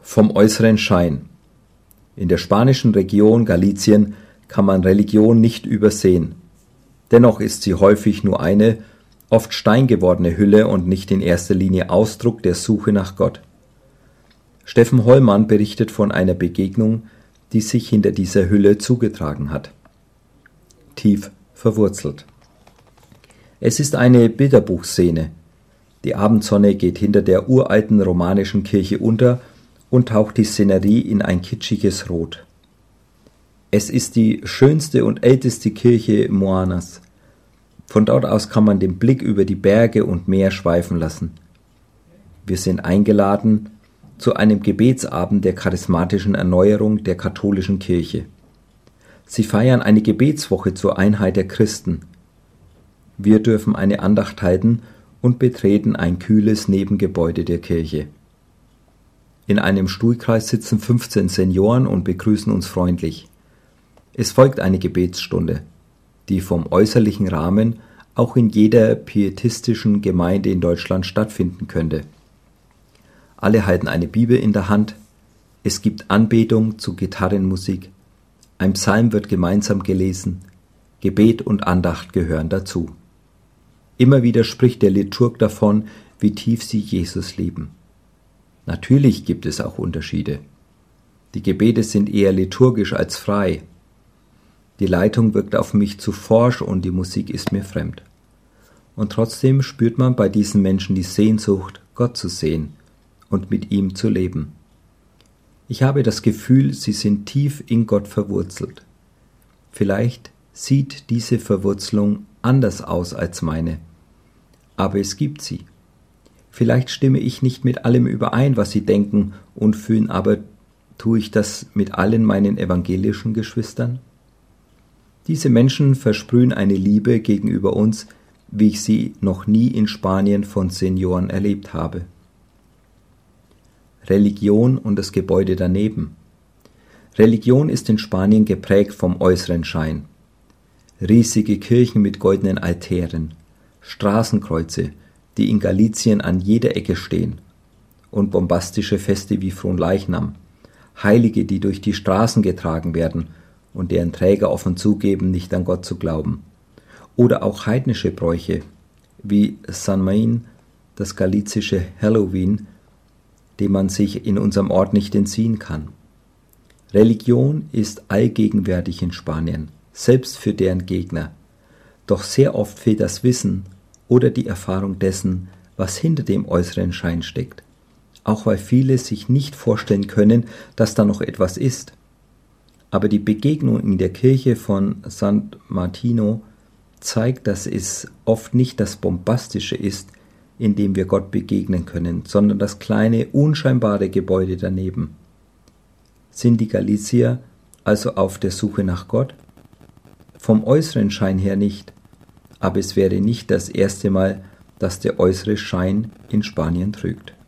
Vom äußeren Schein. In der spanischen Region Galicien kann man Religion nicht übersehen. Dennoch ist sie häufig nur eine, oft steingewordene Hülle und nicht in erster Linie Ausdruck der Suche nach Gott. Steffen Hollmann berichtet von einer Begegnung, die sich hinter dieser Hülle zugetragen hat. Tief verwurzelt. Es ist eine Bilderbuchszene. Die Abendsonne geht hinter der uralten romanischen Kirche unter und taucht die Szenerie in ein kitschiges Rot. Es ist die schönste und älteste Kirche Moanas. Von dort aus kann man den Blick über die Berge und Meer schweifen lassen. Wir sind eingeladen zu einem Gebetsabend der charismatischen Erneuerung der katholischen Kirche. Sie feiern eine Gebetswoche zur Einheit der Christen. Wir dürfen eine Andacht halten und betreten ein kühles Nebengebäude der Kirche. In einem Stuhlkreis sitzen 15 Senioren und begrüßen uns freundlich. Es folgt eine Gebetsstunde, die vom äußerlichen Rahmen auch in jeder pietistischen Gemeinde in Deutschland stattfinden könnte. Alle halten eine Bibel in der Hand, es gibt Anbetung zu Gitarrenmusik, ein Psalm wird gemeinsam gelesen, Gebet und Andacht gehören dazu. Immer wieder spricht der Liturg davon, wie tief sie Jesus lieben. Natürlich gibt es auch Unterschiede. Die Gebete sind eher liturgisch als frei. Die Leitung wirkt auf mich zu forsch und die Musik ist mir fremd. Und trotzdem spürt man bei diesen Menschen die Sehnsucht, Gott zu sehen und mit ihm zu leben. Ich habe das Gefühl, sie sind tief in Gott verwurzelt. Vielleicht sieht diese Verwurzelung anders aus als meine, aber es gibt sie. Vielleicht stimme ich nicht mit allem überein, was sie denken und fühlen, aber tue ich das mit allen meinen evangelischen Geschwistern? Diese Menschen versprühen eine Liebe gegenüber uns, wie ich sie noch nie in Spanien von Senioren erlebt habe. Religion und das Gebäude daneben. Religion ist in Spanien geprägt vom äußeren Schein. Riesige Kirchen mit goldenen Altären, Straßenkreuze, die in Galicien an jeder Ecke stehen, und bombastische Feste wie Fronleichnam, Heilige, die durch die Straßen getragen werden und deren Träger offen zugeben, nicht an Gott zu glauben. Oder auch heidnische Bräuche, wie Samhain, das galizische Halloween, dem man sich in unserem Ort nicht entziehen kann. Religion ist allgegenwärtig in Spanien, selbst für deren Gegner. Doch sehr oft fehlt das Wissen oder die Erfahrung dessen, was hinter dem äußeren Schein steckt. Auch weil viele sich nicht vorstellen können, dass da noch etwas ist. Aber die Begegnung in der Kirche von San Martino zeigt, dass es oft nicht das Bombastische ist, in dem wir Gott begegnen können, sondern das kleine, unscheinbare Gebäude daneben. Sind die Galicier also auf der Suche nach Gott? Vom äußeren Schein her nicht, aber es wäre nicht das erste Mal, dass der äußere Schein in Spanien trügt.